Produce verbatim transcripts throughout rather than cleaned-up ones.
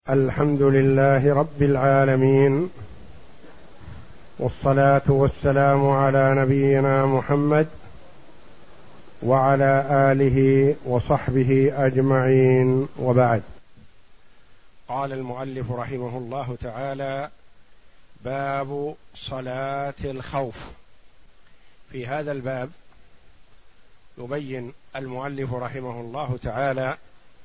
الحمد لله رب العالمين، والصلاة والسلام على نبينا محمد وعلى آله وصحبه أجمعين، وبعد. قال المؤلف رحمه الله تعالى: باب صلاة الخوف. في هذا الباب يبين المؤلف رحمه الله تعالى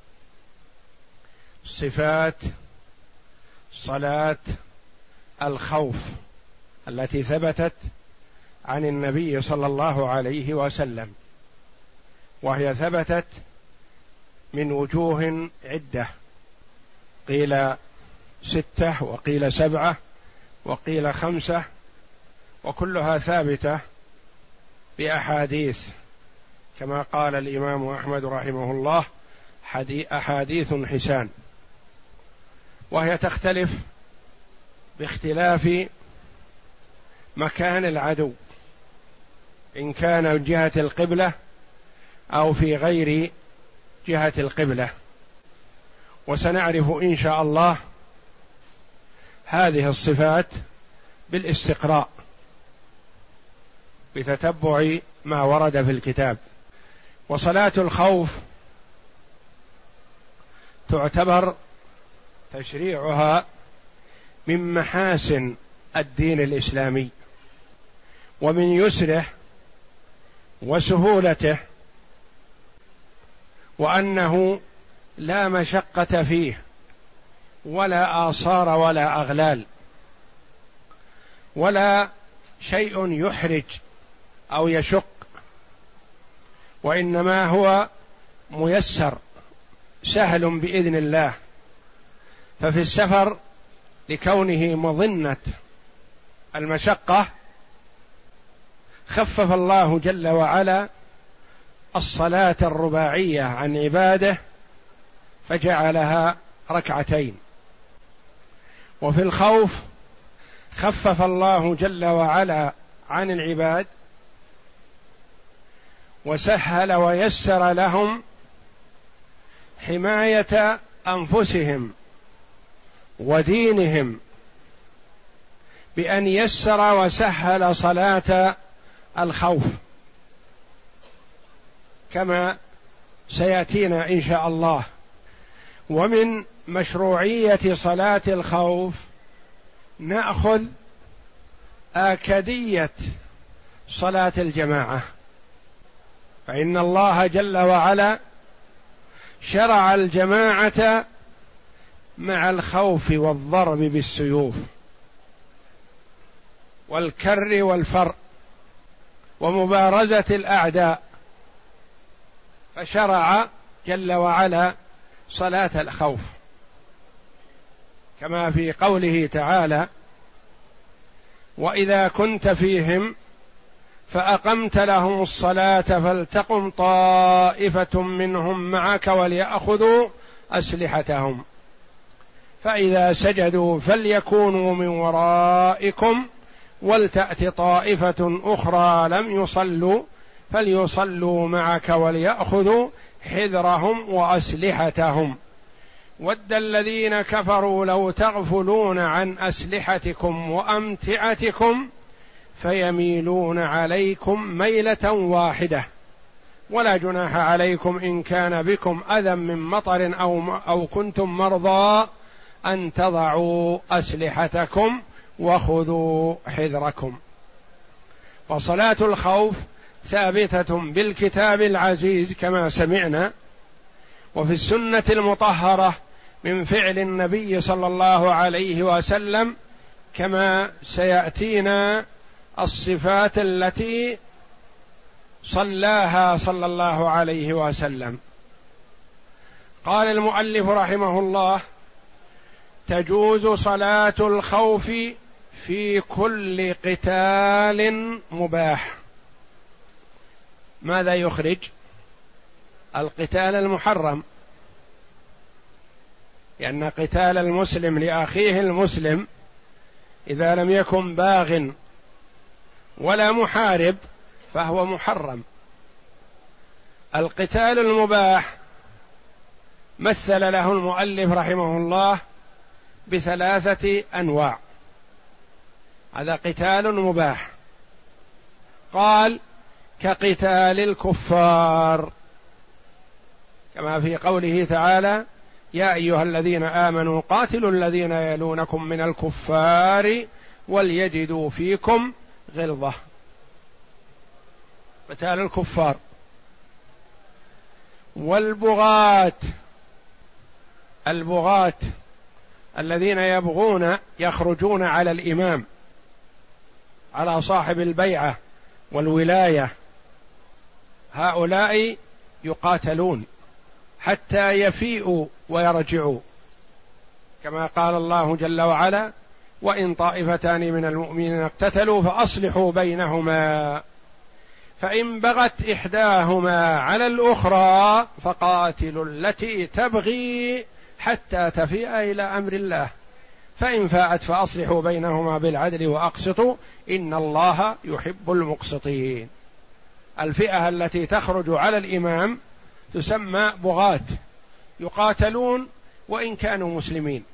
صفات صلاة الخوف التي ثبتت عن النبي صلى الله عليه وسلم، وهي ثبتت من وجوه عدة، قيل ستة وقيل سبعة وقيل خمسة، وكلها ثابتة بأحاديث، كما قال الإمام أحمد رحمه الله: أحاديث حسان. وهي تختلف باختلاف مكان العدو، إن كان من جهة القبلة أو في غير جهة القبلة. وسنعرف إن شاء الله هذه الصفات بالاستقراء بتتبع ما ورد في الكتاب. وصلاة الخوف تعتبر تشريعها من محاسن الدين الإسلامي ومن يسره وسهولته، وأنه لا مشقة فيه ولا آثار ولا أغلال ولا شيء يحرج أو يشق، وإنما هو ميسر سهل بإذن الله. ففي السفر لكونه مظنة المشقة خفف الله جل وعلا الصلاة الرباعية عن عباده فجعلها ركعتين. وفي الخوف خفف الله جل وعلا عن العباد وسهل ويسر لهم حماية أنفسهم ودينهم بأن يسر وسهل صلاة الخوف، كما سيأتينا إن شاء الله. ومن مشروعية صلاة الخوف نأخذ آكدية صلاة الجماعة، فإن الله جل وعلا شرع الجماعة مع الخوف والضرب بالسيوف والكر والفر ومبارزة الأعداء، فشرع جل وعلا صلاة الخوف، كما في قوله تعالى: وإذا كنت فيهم فأقمت لهم الصلاة فلتقم طائفة منهم معك وليأخذوا أسلحتهم فإذا سجدوا فليكونوا من ورائكم ولتأت طائفة أخرى لم يصلوا فليصلوا معك وليأخذوا حذرهم وأسلحتهم ود الذين كفروا لو تغفلون عن أسلحتكم وأمتعتكم فيميلون عليكم ميلة واحدة ولا جناح عليكم إن كان بكم أذى من مطر أو, أو كنتم مرضى أن تضعوا أسلحتكم وخذوا حذركم. وصلاة الخوف ثابتة بالكتاب العزيز كما سمعنا، وفي السنة المطهرة من فعل النبي صلى الله عليه وسلم، كما سيأتينا الصفات التي صلاها صلى الله عليه وسلم. قال المؤلف رحمه الله: تجوز صلاة الخوف في كل قتال مباح. ماذا يخرج؟ القتال المحرم، لأن قتال المسلم لأخيه المسلم إذا لم يكن باغ ولا محارب فهو محرم. القتال المباح مثل له المؤلف رحمه الله بثلاثة أنواع. هذا قتال مباح. قال كقتال الكفار، كما في قوله تعالى: يا أيها الذين آمنوا قاتلوا الذين يلونكم من الكفار وليجدوا فيكم غلظة. قتال الكفار. والبغاة، البغاة الذين يبغون يخرجون على الإمام، على صاحب البيعة والولاية، هؤلاء يقاتلون حتى يفيئوا ويرجعوا، كما قال الله جل وعلا: وإن طائفتان من المؤمنين اقتتلوا فأصلحوا بينهما فإن بغت إحداهما على الأخرى فقاتلوا التي تبغي حتى تفيء إلى أمر الله فإن فاءت فأصلحوا بينهما بالعدل وأقسطوا إن الله يحب المقسطين. الفئة التي تخرج على الإمام تسمى بغاة، يقاتلون وإن كانوا مسلمين،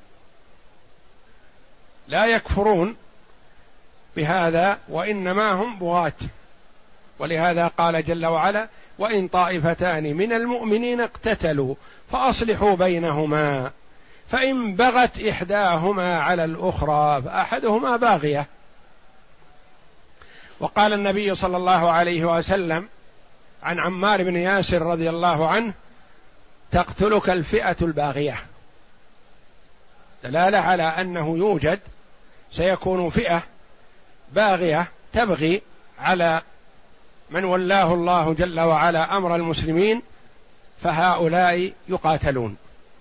لا يكفرون بهذا وإنما هم بغاة. ولهذا قال جل وعلا: وإن طائفتان من المؤمنين اقتتلوا فأصلحوا بينهما فإن بغت إحداهما على الأخرى فأحدهما باغية. وقال النبي صلى الله عليه وسلم عن عمار بن ياسر رضي الله عنه: تقتلك الفئة الباغية، دلالة على أنه يوجد سيكون فئة باغية تبغي على من ولاه الله جل وعلا أمر المسلمين، فهؤلاء يقاتلون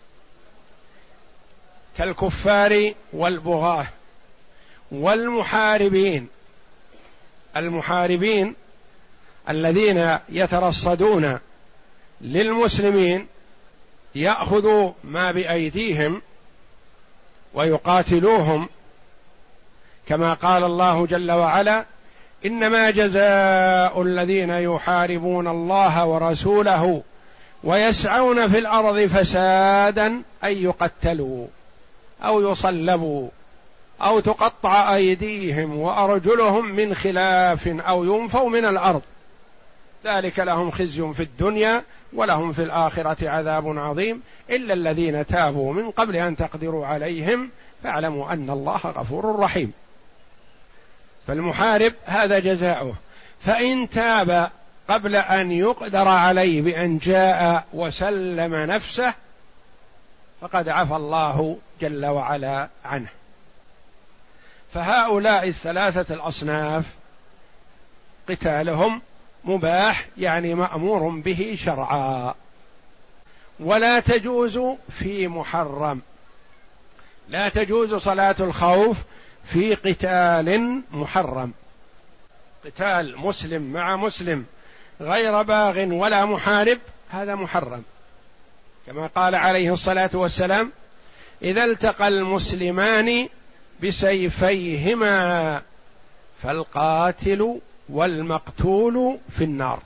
كالكفار والبغاة والمحاربين. المحاربين الذين يترصدون للمسلمين يأخذوا ما بأيديهم ويقاتلوهم، كما قال الله جل وعلا: إنما جزاء الذين يحاربون الله ورسوله ويسعون في الأرض فسادا أن يقتلوا أو يصلبوا أو تقطع أيديهم وأرجلهم من خلاف أو ينفوا من الأرض ذلك لهم خزي في الدنيا ولهم في الآخرة عذاب عظيم إلا الذين تابوا من قبل أن تقدروا عليهم فاعلموا أن الله غفور رحيم. فالمحارب هذا جزاؤه، فإن تاب قبل أن يقدر عليه بأن جاء وسلم نفسه فقد عفى الله جل وعلا عنه. فهؤلاء الثلاثة الأصناف قتالهم مباح، يعني مأمور به شرعا، ولا تجوز في محرم. لا تجوز صلاة الخوف في قتال محرم. قتال مسلم مع مسلم غير باغ ولا محارب هذا محرم، كما قال عليه الصلاة والسلام: إذا التقى المسلمان بسيفيهما فالقاتل والمقتول في النار.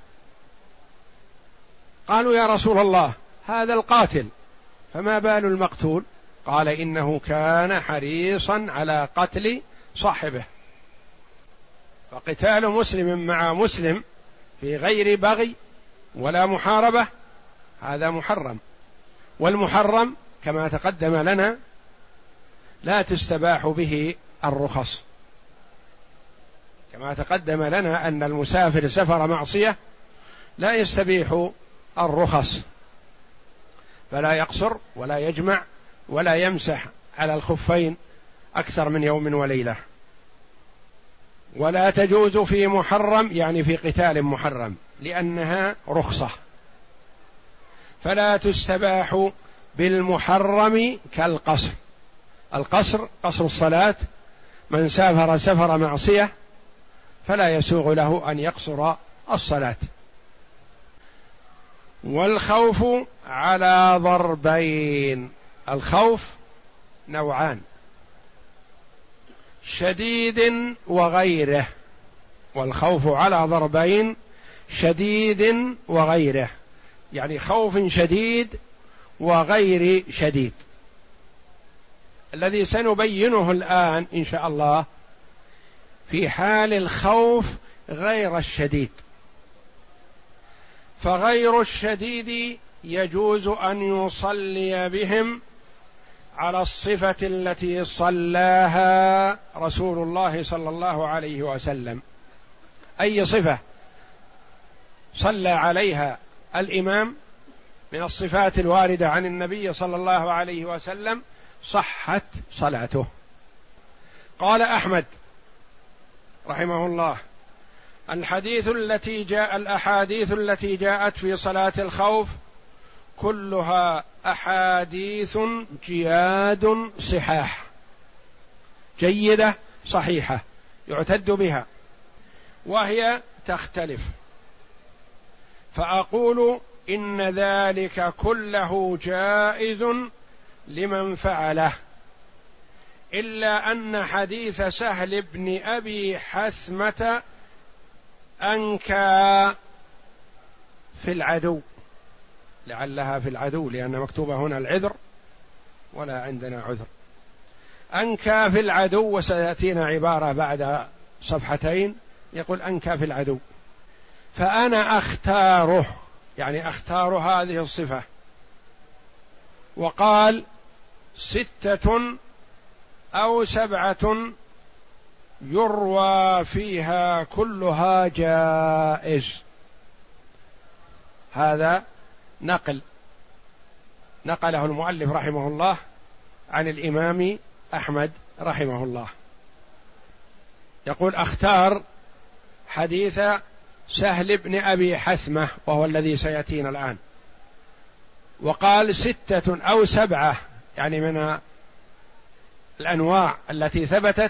قالوا: يا رسول الله هذا القاتل فما بال المقتول؟ قال: إنه كان حريصا على قتل صاحبه. فقتال مسلم مع مسلم في غير بغي ولا محاربة هذا محرم. والمحرم كما تقدم لنا لا تستباح به الرخص، كما تقدم لنا أن المسافر سفر معصية لا يستبيح الرخص، فلا يقصر ولا يجمع ولا يمسح على الخفين أكثر من يوم وليلة. ولا تجوز في محرم يعني في قتال محرم لأنها رخصة. فلا تستباح بالمحرم كالقصر. القصر قصر الصلاة، من سافر سفر معصية فلا يسوغ له أن يقصر الصلاة. والخوف على ضربين. الخوف نوعان: شديد وغيره. والخوف على ضربين: شديد وغيره، يعني خوف شديد وغير شديد. الذي سنبينه الآن إن شاء الله في حال الخوف غير الشديد. فغير الشديد يجوز أن يصلي بهم على الصفة التي صلاها رسول الله صلى الله عليه وسلم. أي صفة صلى عليها الإمام من الصفات الواردة عن النبي صلى الله عليه وسلم صحت صلاته. قال أحمد رحمه الله: الحديث التي جاء الأحاديث التي جاءت في صلاة الخوف كلها أحاديث جياد صحاح، جيدة صحيحة يعتد بها، وهي تختلف. فأقول إن ذلك كله جائز لمن فعله، إلا أن حديث سهل بن أبي حثمة أنكى في العدو، لعلها في العدو لأن مكتوبة هنا العذر ولا عندنا عذر، أنكى في العدو، وسيأتينا عبارة بعد صفحتين يقول أنكى في العدو. فأنا أختاره، يعني أختار هذه الصفة. وقال ستة أو سبعة يروى فيها كلها جائز. هذا نقل نقله المؤلف رحمه الله عن الإمام أحمد رحمه الله، يقول: أختار حديث سهل بن أبي حثمة وهو الذي سيأتينا الآن. وقال ستة أو سبعة، يعني من الأنواع التي ثبتت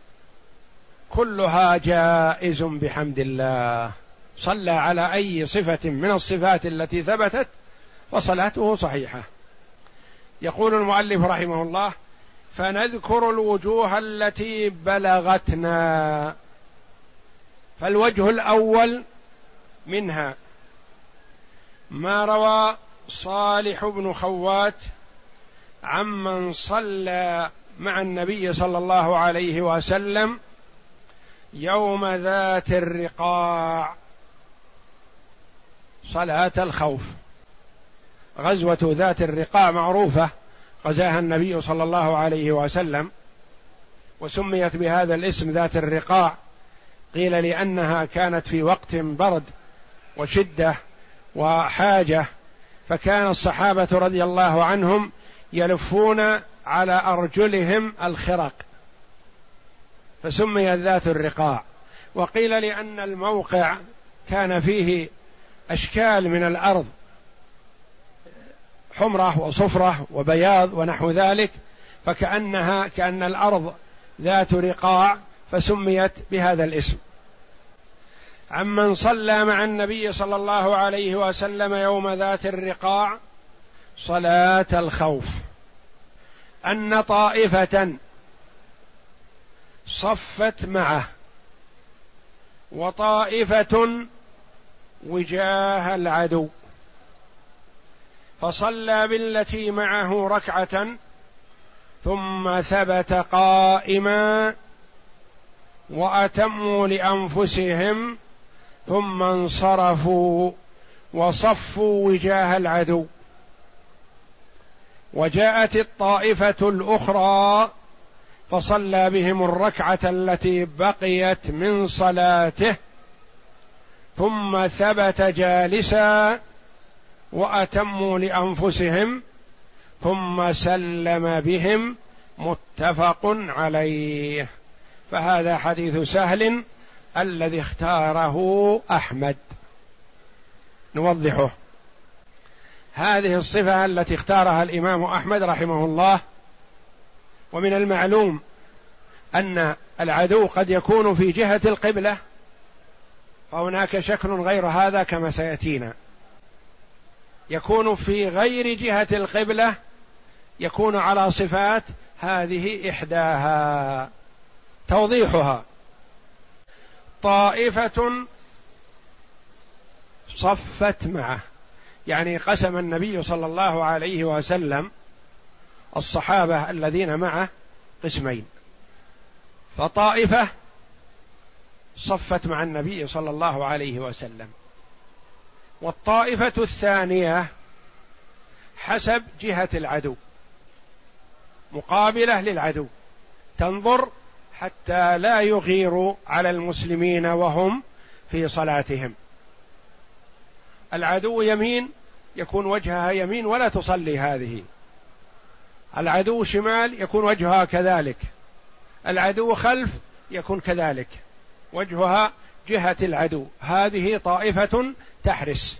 كلها جائز بحمد الله. صلى على أي صفة من الصفات التي ثبتت فصلاته صحيحة. يقول المؤلف رحمه الله: فنذكر الوجوه التي بلغتنا. فالوجه الأول منها ما روى صالح بن خوات عمن صلى مع النبي صلى الله عليه وسلم يوم ذات الرقاع، صلاة الخوف. غزوة ذات الرقاع معروفة، غزاها النبي صلى الله عليه وسلم، وسميت بهذا الاسم ذات الرقاع، قيل لأنها كانت في وقت برد وشدة وحاجة، فكان الصحابة رضي الله عنهم يلفون على أرجلهم الخرق، فسميت ذات الرقاع. وقيل لأن الموقع كان فيه أشكال من الأرض، حمرة وصفرة وبياض ونحو ذلك، فكأنها كأن الأرض ذات رقاع، فسميت بهذا الاسم. عمن صلى مع النبي صلى الله عليه وسلم يوم ذات الرقاع صلاة الخوف، أن طائفة صفت معه وطائفة وجاه العدو، فصلى بالتي معه ركعة ثم ثبت قائما وأتموا لأنفسهم ثم انصرفوا وصفوا وجاه العدو. وجاءت الطائفة الأخرى فصلى بهم الركعة التي بقيت من صلاته ثم ثبت جالسا وأتموا لأنفسهم ثم سلم بهم، متفق عليه. فهذا حديث سهل الذي اختاره أحمد. نوضحه. هذه الصفة التي اختارها الإمام أحمد رحمه الله، ومن المعلوم أن العدو قد يكون في جهة القبلة، فهناك شكل غير هذا كما سيأتينا، يكون في غير جهة القبلة، يكون على صفات، هذه إحداها. توضيحها: طائفة صفت معه، يعني قسم النبي صلى الله عليه وسلم الصحابة الذين معه قسمين، فطائفة صفت مع النبي صلى الله عليه وسلم، والطائفة الثانية حسب جهة العدو مقابلة للعدو، تنظر حتى لا يغيروا على المسلمين وهم في صلاتهم. العدو يمين يكون وجهها يمين ولا تصلي هذه، العدو شمال يكون وجهها كذلك، العدو خلف يكون كذلك وجهها جهة العدو، هذه طائفة تحرس.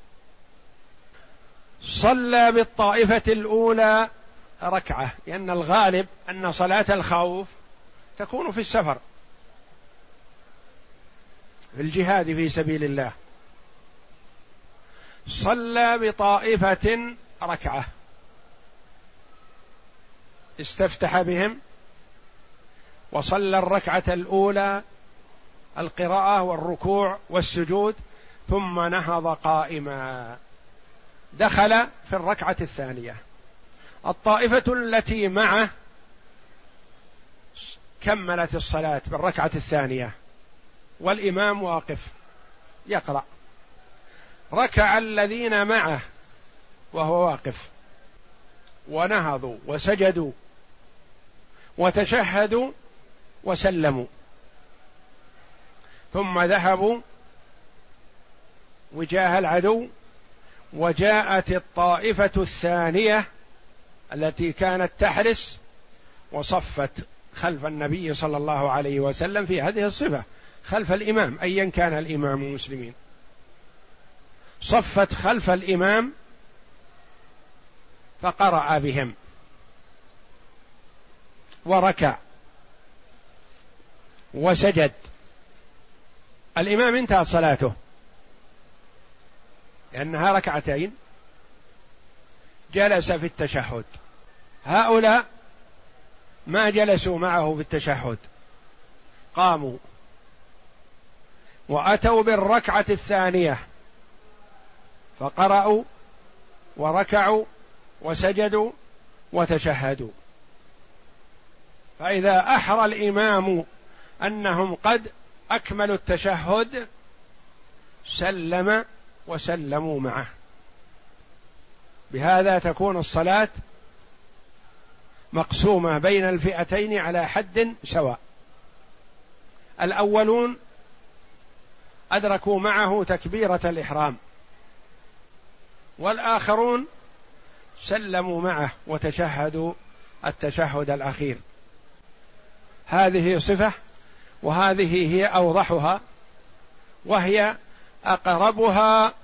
صلى بالطائفة الأولى ركعة، لأن الغالب أن صلاة الخوف تكون في السفر في الجهاد في سبيل الله. صلى بطائفة ركعة، استفتح بهم وصلى الركعة الأولى القراءة والركوع والسجود، ثم نهض قائما، دخل في الركعة الثانية. الطائفة التي معه كملت الصلاة بالركعة الثانية والإمام واقف يقرأ، ركع الذين معه وهو واقف، ونهضوا وسجدوا وتشهدوا وسلموا، ثم ذهبوا وجاه العدو. وجاءت الطائفة الثانية التي كانت تحرس وصفت خلف النبي صلى الله عليه وسلم في هذه الصفة، خلف الإمام أيا كان الإمام المسلمين، صفت خلف الإمام فقرأ بهم وركع وسجد. الإمام انتهت صلاته لأنها ركعتين، جلس في التشهد. هؤلاء ما جلسوا معه في التشهد، قاموا وأتوا بالركعة الثانية فقرأوا وركعوا وسجدوا وتشهدوا. فإذا أحرى الإمام أنهم قد أكملوا التشهد سلم وسلموا معه. بهذا تكون الصلاة مقسومة بين الفئتين على حد سواء. الأولون أدركوا معه تكبيرة الإحرام، والآخرون سلموا معه وتشهدوا التشهد الأخير. هذه صفة، وهذه هي أوضحها وهي أقربها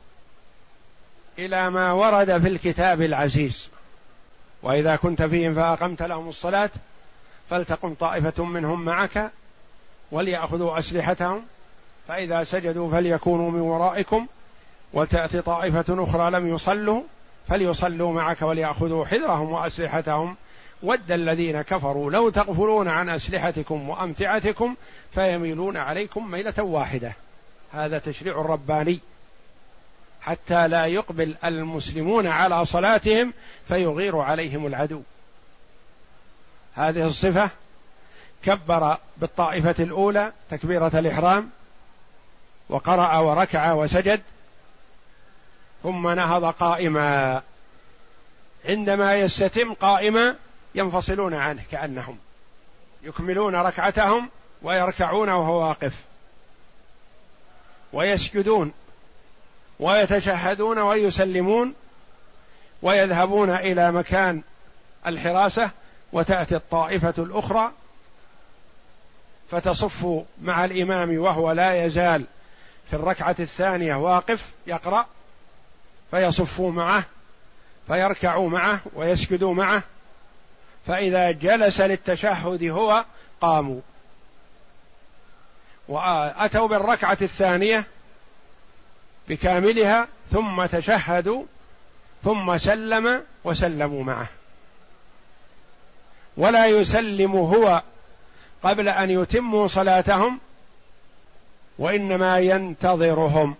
إلى ما ورد في الكتاب العزيز: وإذا كنت فيهم فأقمت لهم الصلاة فلتقم طائفة منهم معك وليأخذوا أسلحتهم فإذا سجدوا فليكونوا من ورائكم وتأتي طائفة أخرى لم يصلوا فليصلوا معك وليأخذوا حذرهم وأسلحتهم ود الذين كفروا لو تغفلون عن أسلحتكم وأمتعتكم فيميلون عليكم ميلة واحدة. هذا تشريع رباني حتى لا يقبل المسلمون على صلاتهم فيغير عليهم العدو. هذه الصفة كبر بالطائفة الأولى تكبيرة الإحرام وقرأ وركع وسجد، ثم نهض قائما. عندما يستتم قائما ينفصلون عنه كأنهم يكملون ركعتهم ويركعون وهو واقف، ويسجدون ويتشهدون ويسلمون ويذهبون إلى مكان الحراسة، وتأتي الطائفة الأخرى فتصف مع الإمام وهو لا يزال في الركعة الثانية واقف يقرأ، فيصفوا معه فيركعوا معه ويسجدوا معه، فإذا جلس للتشهد هو قاموا وأتوا بالركعة الثانية بكاملها ثم تشهدوا ثم سلم وسلموا معه. ولا يسلم هو قبل أن يتموا صلاتهم، وإنما ينتظرهم.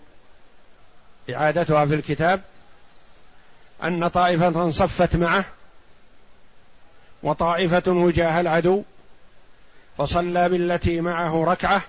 إعادتها في الكتاب أن طائفة صفت معه وطائفة وجاه العدو، فصلى بالتي معه ركعة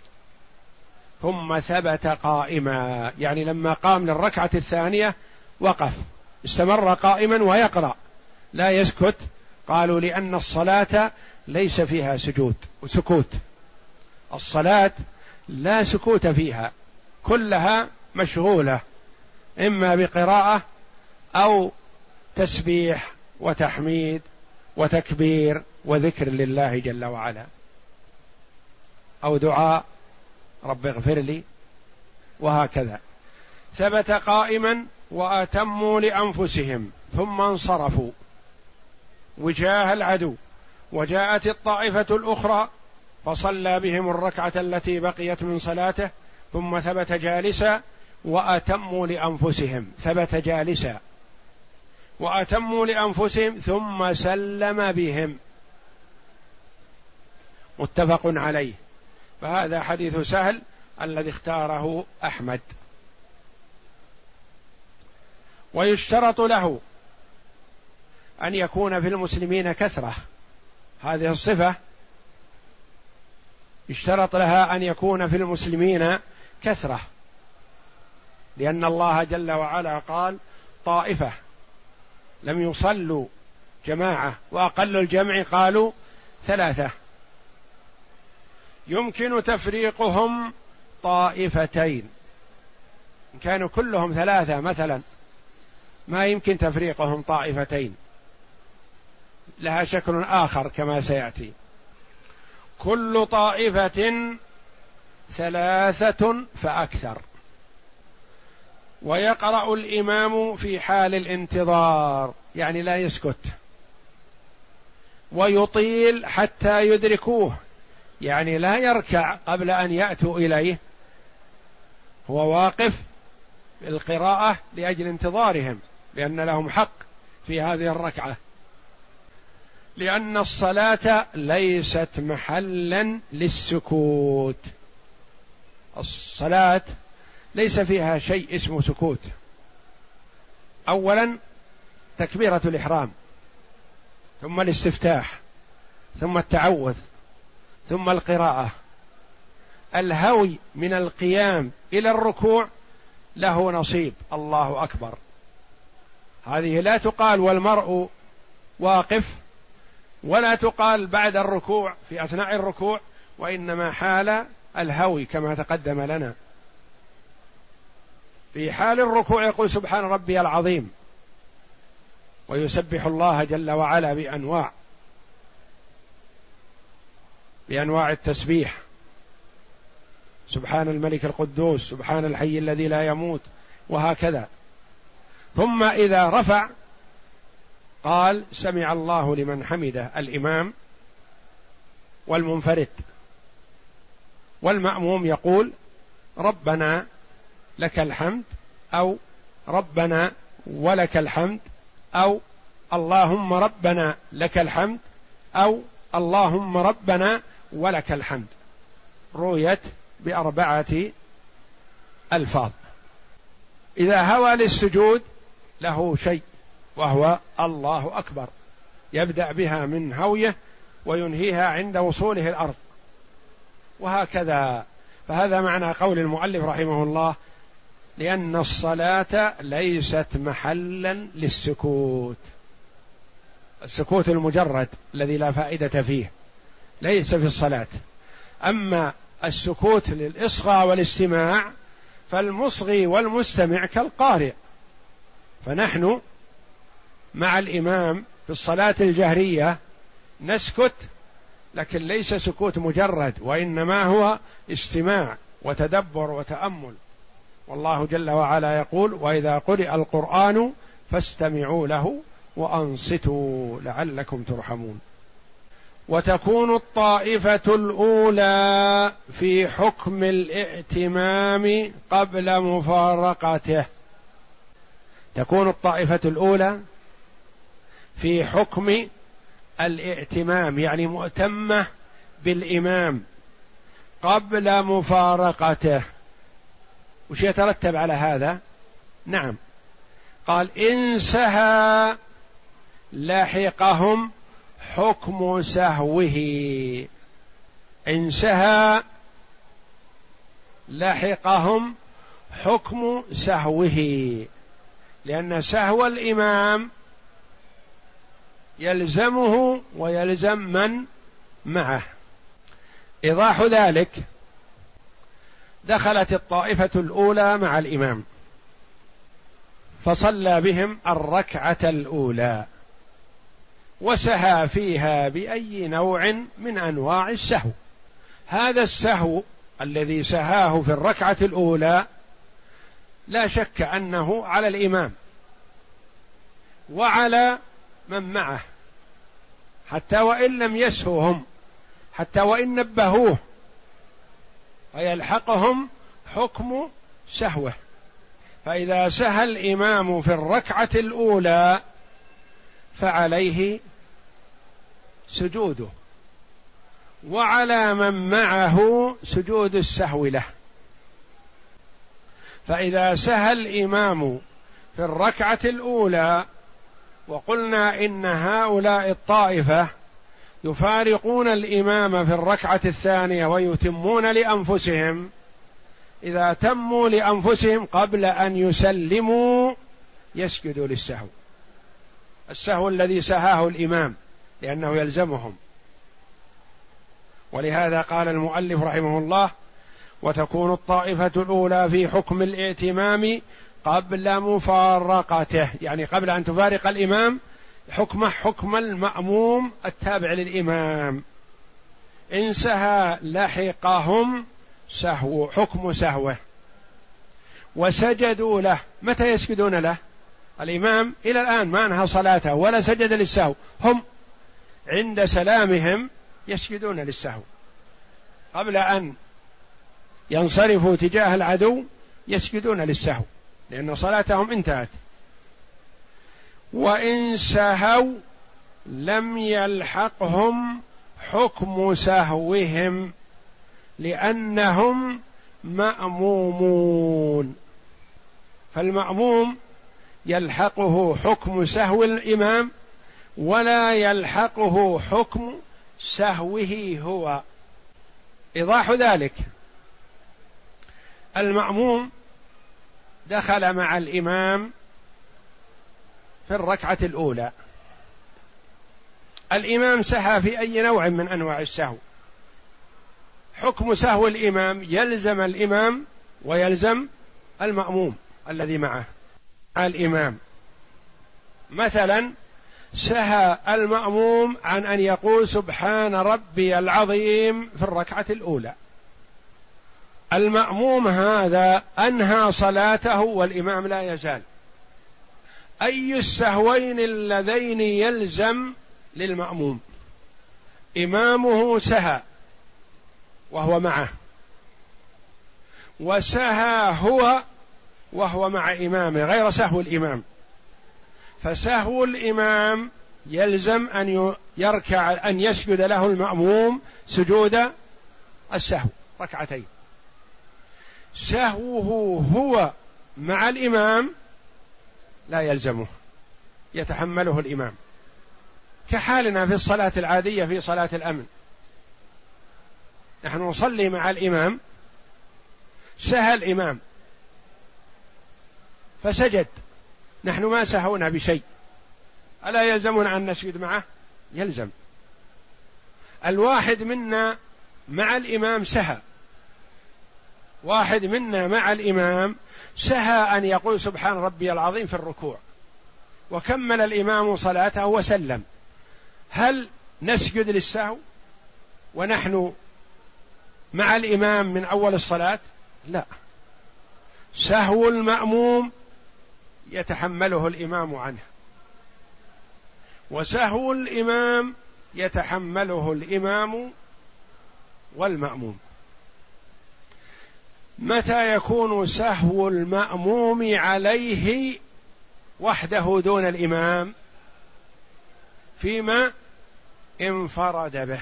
ثم ثبت قائما، يعني لما قام للركعة الثانية وقف، استمر قائما ويقرأ لا يسكت. قالوا لأن الصلاة ليس فيها سجود وسكوت، الصلاة لا سكوت فيها، كلها مشغولة إما بقراءة أو تسبيح وتحميد وتكبير وذكر لله جل وعلا، أو دعاء رب اغفر لي، وهكذا. ثبت قائما وأتموا لأنفسهم ثم انصرفوا وجاه العدو، وجاءت الطائفة الأخرى فصلى بهم الركعة التي بقيت من صلاته ثم ثبت جالسا وأتموا لأنفسهم، ثبت جالسا وأتموا لأنفسهم ثم سلم بهم، متفق عليه. فهذا حديث سهل الذي اختاره أحمد. ويشترط له أن يكون في المسلمين كثرة، هذه الصفة يشترط لها أن يكون في المسلمين كثرة، لأن الله جل وعلا قال طائفة، لم يصلوا جماعة، وأقل الجمع قالوا ثلاثة، يمكن تفريقهم طائفتين. إن كانوا كلهم ثلاثة مثلا ما يمكن تفريقهم طائفتين، لها شكل آخر كما سيأتي. كل طائفة ثلاثة فأكثر. ويقرأ الإمام في حال الانتظار، يعني لا يسكت، ويطيل حتى يدركوه، يعني لا يركع قبل أن يأتوا إليه، هو واقف بالقراءة لأجل انتظارهم، لأن لهم حق في هذه الركعة، لأن الصلاة ليست محلا للسكوت. الصلاة ليس فيها شيء اسمه سكوت. أولا تكبيرة الإحرام، ثم الاستفتاح، ثم التعوذ، ثم القراءة. الهوي من القيام إلى الركوع له نصيب، الله أكبر، هذه لا تقال والمرء واقف، ولا تقال بعد الركوع في أثناء الركوع، وإنما حال الهوي كما تقدم لنا. في حال الركوع يقول سبحان ربي العظيم، ويسبح الله جل وعلا بأنواع بأنواع التسبيح، سبحان الملك القدوس، سبحان الحي الذي لا يموت، وهكذا. ثم إذا رفع قال سمع الله لمن حمده الإمام والمنفرد، والمأموم يقول ربنا لك الحمد، أو ربنا ولك الحمد، أو اللهم ربنا لك الحمد، أو اللهم ربنا ولك الحمد، رويت بأربعة ألفاظ. إذا هوى للسجود له شيء وهو الله أكبر، يبدأ بها من هويه وينهيها عند وصوله الأرض، وهكذا. فهذا معنى قول المؤلف رحمه الله: لأن الصلاة ليست محلا للسكوت. السكوت المجرد الذي لا فائدة فيه ليس في الصلاة. أما السكوت للإصغاء والاستماع فالمصغي والمستمع كالقارئ، فنحن مع الإمام في الصلاة الجهرية نسكت، لكن ليس سكوت مجرد، وإنما هو استماع وتدبر وتأمل. والله جل وعلا يقول: وإذا قرئ القرآن فاستمعوا له وأنصتوا لعلكم ترحمون. وتكون الطائفة الأولى في حكم الائتمام قبل مفارقته. تكون الطائفة الأولى في حكم الائتمام، يعني مؤتمة بالإمام قبل مفارقته. وش يترتب على هذا؟ نعم، قال إن سهى لحقهم حكم سهوه. إن سهى لحقهم حكم سهوه، لأن سهو الإمام يلزمه ويلزم من معه. إيضاح ذلك: دخلت الطائفة الأولى مع الإمام فصلى بهم الركعة الأولى وسهى فيها بأي نوع من أنواع السهو. هذا السهو الذي سهاه في الركعة الأولى لا شك أنه على الإمام وعلى من معه، حتى وإن لم يسهوهم، حتى وإن نبهوه، ويلحقهم حكم سهوه. فإذا سهى الإمام في الركعة الأولى فعليه سجوده، وعلى من معه سجود السهو له. فإذا سهى الإمام في الركعة الأولى، وقلنا إن هؤلاء الطائفة يفارقون الإمام في الركعة الثانية ويتمون لأنفسهم، إذا تموا لأنفسهم قبل أن يسلموا يسجدوا للسهو، السهو الذي سهاه الإمام، لأنه يلزمهم. ولهذا قال المؤلف رحمه الله: وتكون الطائفة الأولى في حكم الائتمام قبل مفارقته، يعني قبل أن تفارق الإمام حكمه حكم المأموم التابع للإمام. إن سهى لحقهم سهو حكم سهوه وسجدوا له. متى يسجدون له؟ الإمام إلى الآن ما أنهى صلاته ولا سجد للسهو، هم عند سلامهم يسجدون للسهو قبل أن ينصرفوا تجاه العدو، يسجدون للسهو لأن صلاتهم انتهت. وإن سهوا لم يلحقهم حكم سهوهم لأنهم مأمومون، فالمأموم يلحقه حكم سهو الإمام ولا يلحقه حكم سهوه هو. إيضاح ذلك: المأموم دخل مع الإمام في الركعة الأولى، الإمام سهى في أي نوع من أنواع السهو، حكم سهو الإمام يلزم الإمام ويلزم المأموم الذي معه الإمام. مثلا سهى المأموم عن أن يقول سبحان ربي العظيم في الركعة الأولى، المأموم هذا أنهى صلاته والإمام لا يزال. أي السهوين اللذين يلزم للمأموم؟ إمامه سهى وهو معه، وسهى هو وهو مع إمامه غير سهو الإمام. فسهو الإمام يلزم أن يركع أن يسجد له المأموم سجود السهو ركعتين. سهوه هو مع الإمام لا يلزمه، يتحمله الإمام، كحالنا في الصلاة العادية في صلاة الأمن، نحن نصلي مع الإمام، سهى الإمام فسجد، نحن ما سهونا بشيء، ألا يلزمنا أن نسجد معه؟ يلزم. الواحد منا مع الإمام سهى، واحد منا مع الإمام سهى أن يقول سبحان ربي العظيم في الركوع، وكمل الإمام صلاته وسلم، هل نسجد للسهو ونحن مع الإمام من أول الصلاة؟ لا، سهو المأموم يتحمله الإمام عنه، وسهو الإمام يتحمله الإمام والمأموم. متى يكون سهو المأموم عليه وحده دون الإمام؟ فيما انفرد به،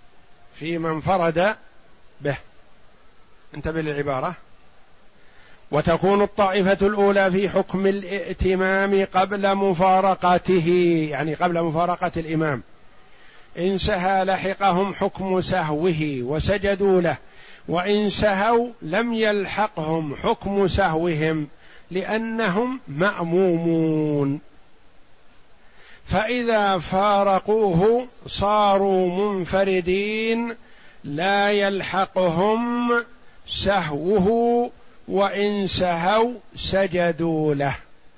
فيما انفرد به، انتبه للعبارة. وتكون الطائفة الأولى في حكم الائتمام قبل مفارقته، يعني قبل مفارقة الإمام. إن سهى لحقهم حكم سهوه وسجدوا له، وإن سهوا لم يلحقهم حكم سهوهم لأنهم مأمومون. فإذا فارقوه صاروا منفردين لا يلحقهم سهوه، وإن سهوا سجدوا له.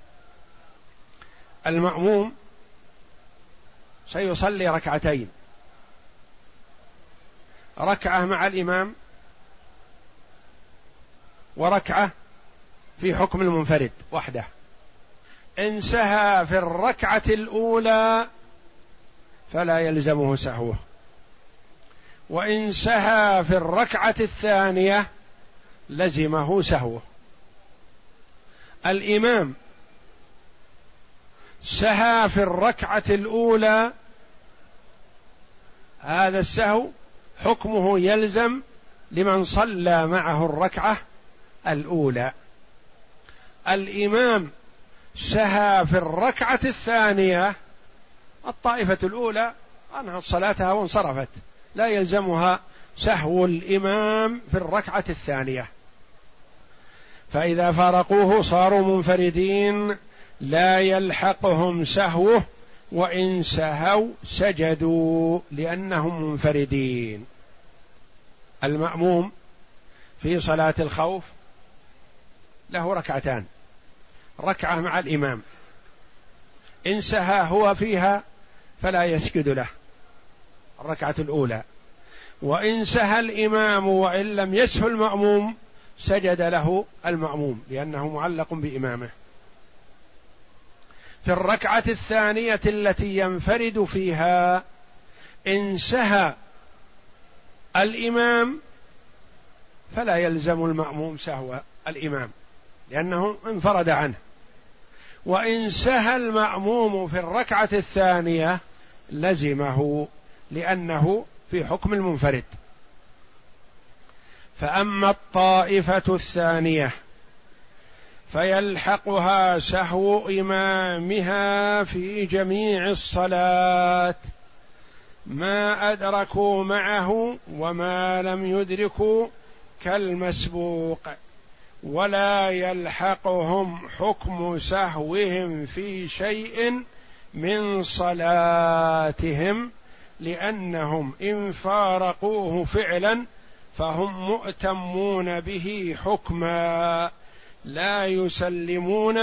المأموم سيصلي ركعتين، ركعة مع الإمام وركعة في حكم المنفرد وحده. إن سهى في الركعة الأولى فلا يلزمه سهوه، وإن سهى في الركعة الثانية لزمه سهوه. الإمام سهى في الركعة الأولى، هذا السهو حكمه يلزم لمن صلى معه الركعة الأولى. الإمام سهى في الركعة الثانية، الطائفة الأولى أنهت صلاتها وانصرفت، لا يلزمها سهو الإمام في الركعة الثانية. فإذا فارقوه صاروا منفردين لا يلحقهم سهوه، وإن سهوا سجدوا لأنهم منفردين. المأموم في صلاة الخوف له ركعتان، ركعة مع الإمام، إن سهى هو فيها فلا يسجد له الركعة الأولى، وإن سهى الإمام وإن لم يسه المأموم سجد له المأموم لأنه معلق بإمامه. في الركعة الثانية التي ينفرد فيها إن سهى الإمام فلا يلزم المأموم سهو الإمام لأنه انفرد عنه، وإن سهى المأموم في الركعة الثانية لزمه لأنه في حكم المنفرد. فأما الطائفة الثانية فيلحقها سهو إمامها في جميع الصلاة ما أدركوا معه وما لم يدركوا كالمسبوق، ولا يلحقهم حكم سهوهم في شيء من صلاتهم، لأنهم إن فارقوه فعلا فهم مؤتمون به حكما لا يسلمون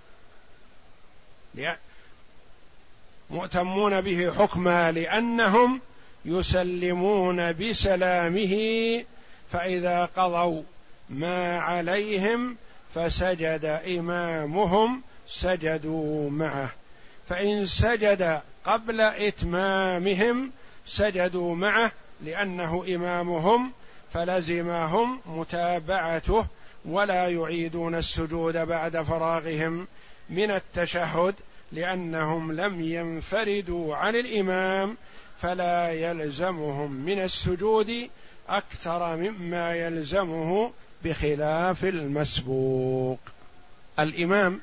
مؤتمون به حكما لأنهم يسلمون بسلامه، فإذا قضوا ما عليهم فسجد إمامهم سجدوا معه، فإن سجد قبل إتمامهم سجدوا معه لأنه إمامهم فلزمهم متابعته، ولا يعيدون السجود بعد فراغهم من التشهد لأنهم لم ينفردوا عن الإمام، فلا يلزمهم من السجود أكثر مما يلزمه بخلاف المسبوق. الإمام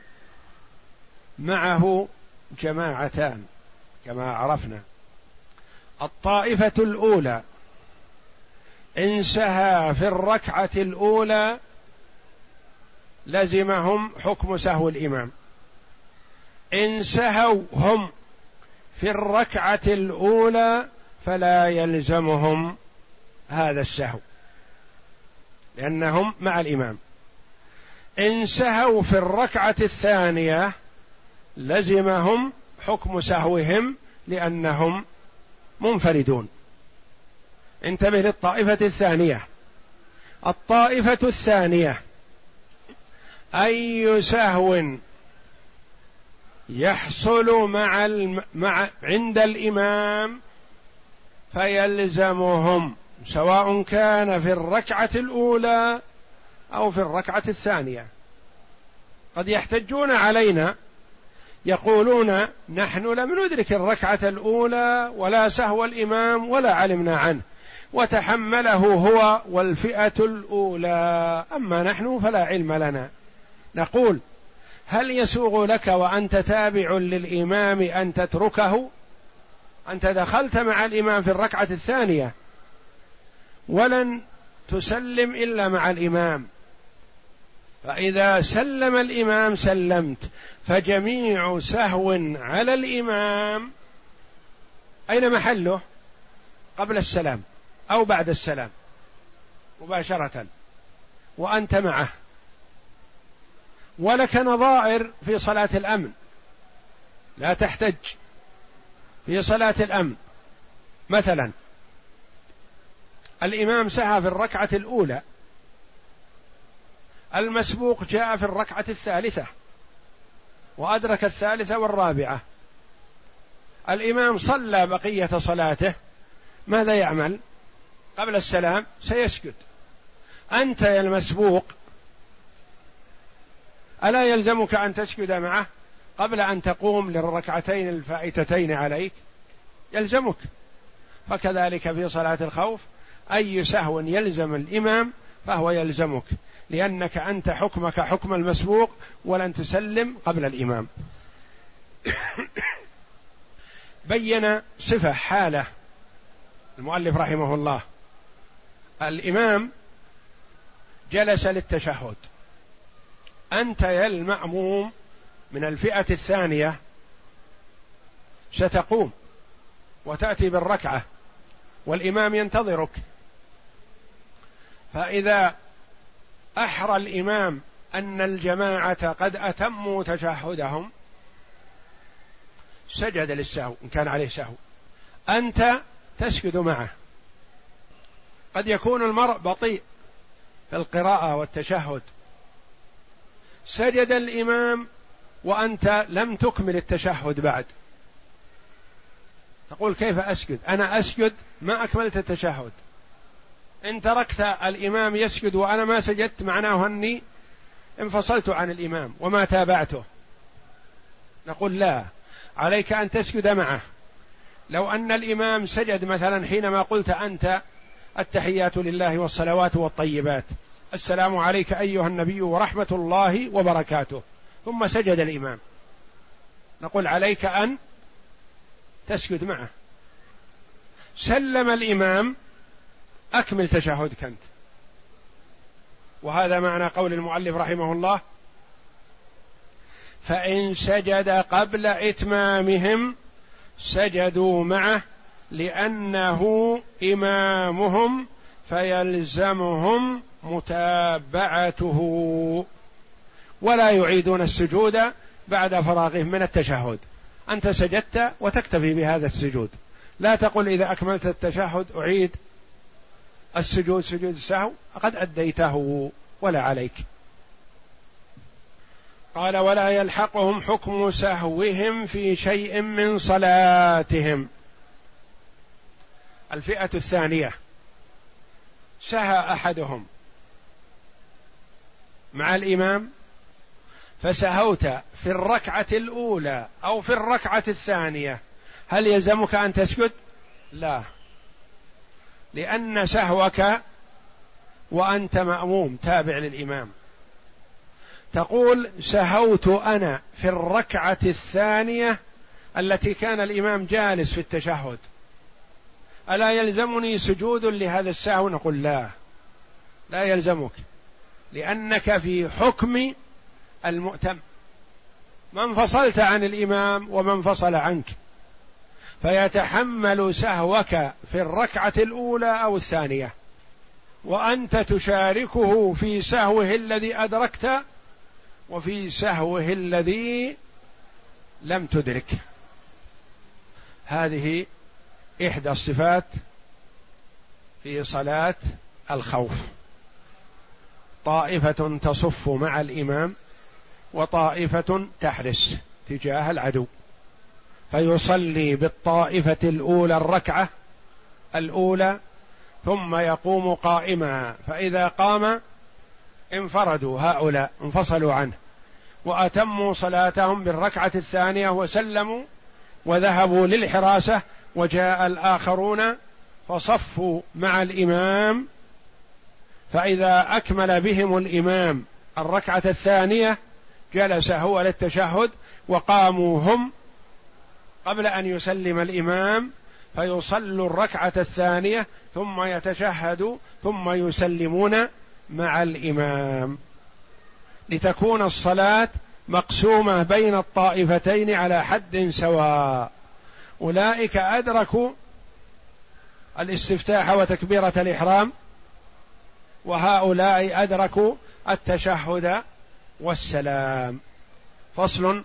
معه جماعتان كما عرفنا، الطائفة الأولى إن سهى في الركعة الأولى لزمهم حكم سهو الإمام، إن سهوا هم في الركعة الأولى فلا يلزمهم هذا السهو لأنهم مع الإمام، إن سهوا في الركعة الثانية لزمهم حكم سهوهم لأنهم منفردون. انتبه للطائفة الثانية. الطائفة الثانية أي سهو يحصل مع, الم... مع عند الإمام فيلزمهم سواء كان في الركعة الأولى أو في الركعة الثانية. قد يحتجون علينا يقولون نحن لم ندرك الركعة الأولى ولا سهو الإمام ولا علمنا عنه، وتحمله هو والفئة الأولى. أما نحن فلا علم لنا. نقول: هل يسوغ لك وأنت تابع للإمام أن تتركه؟ أنت دخلت مع الإمام في الركعة الثانية ولن تسلم إلا مع الإمام، فإذا سلم الإمام سلمت، فجميع سهو على الإمام أين محله؟ قبل السلام أو بعد السلام مباشرة، وأنت معه. ولك نظائر في صلاة الأمن، لا تحتج. في صلاة الأمن مثلا الإمام سهى في الركعة الأولى، المسبوق جاء في الركعة الثالثة وأدرك الثالثة والرابعة، الإمام صلى بقية صلاته، ماذا يعمل؟ قبل السلام سيسجد. أنت يا المسبوق ألا يلزمك أن تسجد معه قبل أن تقوم للركعتين الفائتتين عليك؟ يلزمك. فكذلك في صلاة الخوف أي سهو يلزم الإمام فهو يلزمك، لأنك أنت حكمك حكم المسبوق ولن تسلم قبل الإمام. بين صفة حالة المؤلف رحمه الله: الإمام جلس للتشهد، أنت يا المأموم من الفئة الثانية ستقوم وتأتي بالركعة والإمام ينتظرك، فإذا أحرى الإمام أن الجماعة قد أتموا تشهدهم سجد للسهو إن كان عليه سهو، أنت تسجد معه. قد يكون المرء بطيء في القراءة والتشهد، سجد الإمام وأنت لم تكمل التشهد بعد، تقول: كيف أسجد؟ أنا أسجد ما أكملت التشهد. إن تركت الإمام يسجد وأنا ما سجدت معناه أني انفصلت عن الإمام وما تابعته. نقول: لا، عليك أن تسجد معه. لو أن الإمام سجد مثلا حينما قلت أنت: التحيات لله والصلوات والطيبات، السلام عليك أيها النبي ورحمة الله وبركاته، ثم سجد الإمام، نقول: عليك أن تسجد معه. سلم الإمام، أكمل تشهدك أنت. وهذا معنى قول المؤلف رحمه الله: فإن سجد قبل إتمامهم سجدوا معه لأنه إمامهم فيلزمهم متابعته، ولا يعيدون السجود بعد فراغهم من التشهد. أنت سجدت وتكتفي بهذا السجود، لا تقل إذا أكملت التشهد أعيد السجود سجود السهو، قد أديته ولا عليك. قال: ولا يلحقهم حكم سهوهم في شيء من صلاتهم. الفئة الثانية سهى أحدهم مع الإمام فسهوت في الركعة الأولى أو في الركعة الثانية، هل يلزمك أن تسجد؟ لا، لأن سهوك وأنت مأموم تابع للإمام. تقول: سهوت أنا في الركعة الثانية التي كان الإمام جالس في التشهد، ألا يلزمني سجود لهذا السهو؟ نقول: لا، لا يلزمك، لأنك في حكم المؤتم، ما انفصلت عن الإمام وما انفصل عنك، فيتحمل سهوك في الركعة الأولى أو الثانية، وأنت تشاركه في سهوه الذي أدركت وفي سهوه الذي لم تدرك. هذه إحدى الصفات في صلاة الخوف. طائفة تصف مع الإمام وطائفة تحرس تجاه العدو، فيصلي بالطائفة الأولى الركعة الأولى ثم يقوم قائما، فإذا قام انفردوا هؤلاء انفصلوا عنه وأتموا صلاتهم بالركعة الثانية وسلموا وذهبوا للحراسة، وجاء الآخرون فصفوا مع الإمام، فإذا أكمل بهم الإمام الركعة الثانية جلس هو للتشهد، وقاموا هم قبل أن يسلم الإمام فيصلوا الركعة الثانية ثم يتشهدوا ثم يسلمون مع الإمام، لتكون الصلاة مقسومة بين الطائفتين على حد سواء. أولئك أدركوا الاستفتاح وتكبيرة الإحرام، وهؤلاء أدركوا التشهد والسلام. فصل: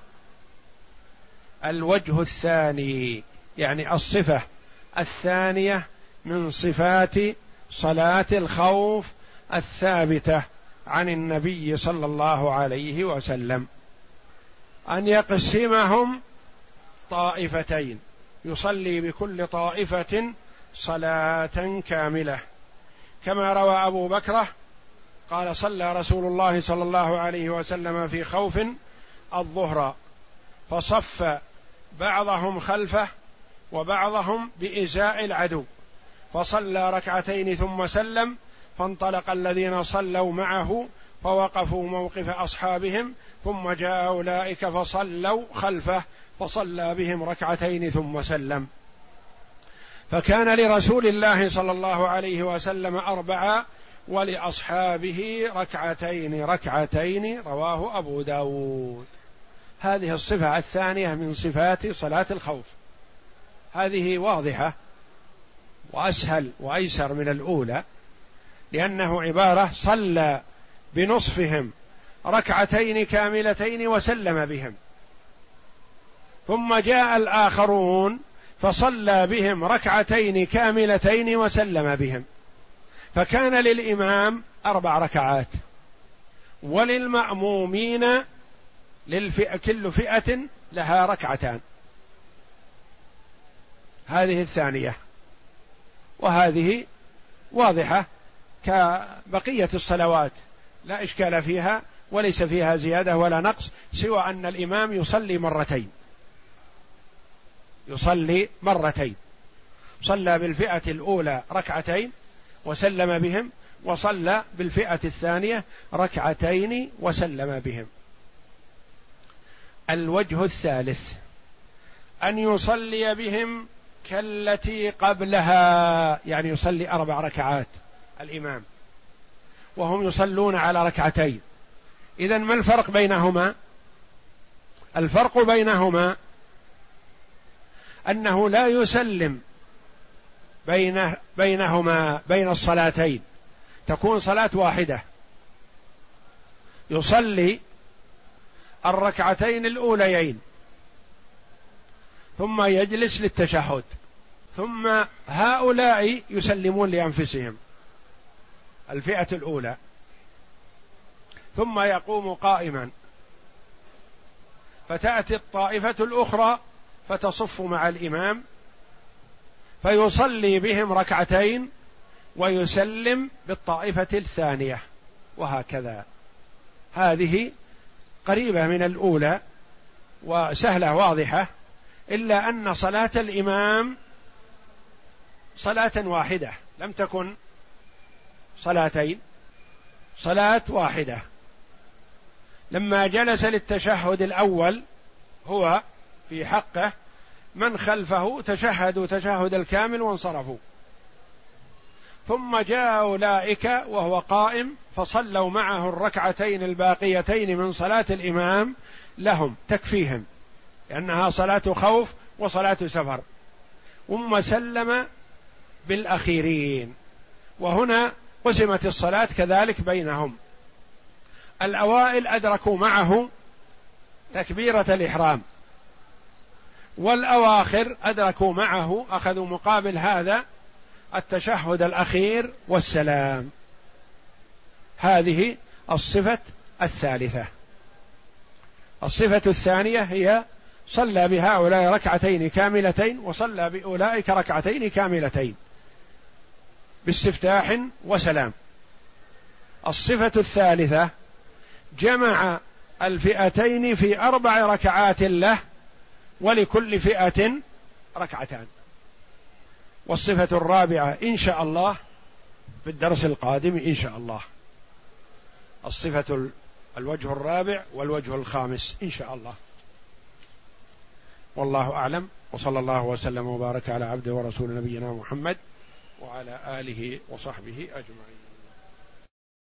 الوجه الثاني، يعني الصفة الثانية من صفات صلاة الخوف الثابتة عن النبي صلى الله عليه وسلم، أن يقسمهم طائفتين، يصلي بكل طائفة صلاة كاملة، كما روى أبو بكرة قال: صلى رسول الله صلى الله عليه وسلم في خوف الظهر، فصف بعضهم خلفه وبعضهم بإزاء العدو، فصلى ركعتين ثم سلم، فانطلق الذين صلوا معه فوقفوا موقف أصحابهم، ثم جاء أولئك فصلوا خلفه فصلى بهم ركعتين ثم سلم. فكان لرسول الله صلى الله عليه وسلم أربعة، ولأصحابه ركعتين ركعتين، رواه أبو داود. هذه الصفة الثانية من صفات صلاة الخوف، هذه واضحة وأسهل وأيسر من الأولى، لأنه عبارة صلى بنصفهم ركعتين كاملتين وسلم بهم، ثم جاء الآخرون فصلى بهم ركعتين كاملتين وسلم بهم، فكان للإمام أربع ركعات، وللمأمومين للفئة كل فئة لها ركعتان. هذه الثانية، وهذه واضحة كبقية الصلوات، لا إشكال فيها وليس فيها زيادة ولا نقص، سوى أن الإمام يصلي مرتين، يصلي مرتين، صلى بالفئة الأولى ركعتين وسلم بهم، وصلى بالفئة الثانية ركعتين وسلم بهم. الوجه الثالث أن يصلي بهم كالتي قبلها، يعني يصلي أربع ركعات الإمام وهم يصلون على ركعتين. إذن ما الفرق بينهما؟ الفرق بينهما أنه لا يسلم بين بينهما بين الصلاتين، تكون صلاة واحدة، يصلي الركعتين الأوليين ثم يجلس للتشهد، ثم هؤلاء يسلمون لأنفسهم الفئة الأولى، ثم يقوم قائما، فتأتي الطائفة الأخرى فتصف مع الإمام فيصلي بهم ركعتين ويسلم بالطائفة الثانية، وهكذا. هذه قريبة من الأولى وسهلة واضحة، إلا أن صلاة الإمام صلاة واحدة، لم تكن صلاتين، صلاة واحدة. لما جلس للتشهد الأول هو في حقه، من خلفه تشهدوا تشهد الكامل وانصرفوا، ثم جاء أولئك وهو قائم فصلوا معه الركعتين الباقيتين من صلاة الإمام لهم، تكفيهم، لأنها صلاة خوف وصلاة سفر، ثم سلم بالأخيرين. وهنا قسمت الصلاة كذلك بينهم، الأوائل أدركوا معه تكبيرة الإحرام، والأواخر أدركوا معه أخذوا مقابل هذا التشهد الأخير والسلام. هذه الصفة الثالثة. الصفة الثانية هي صلى بهؤلاء ركعتين كاملتين وصلى بأولئك ركعتين كاملتين باستفتاح وسلام. الصفة الثالثة جمع الفئتين في أربع ركعات له، ولكل فئة ركعتان، والصفة الرابعة إن شاء الله في الدرس القادم إن شاء الله، الصفة الوجه الرابع والوجه الخامس إن شاء الله. والله أعلم، وصلى الله وسلم وبارك على عبده ورسول نبينا محمد وعلى آله وصحبه أجمعين.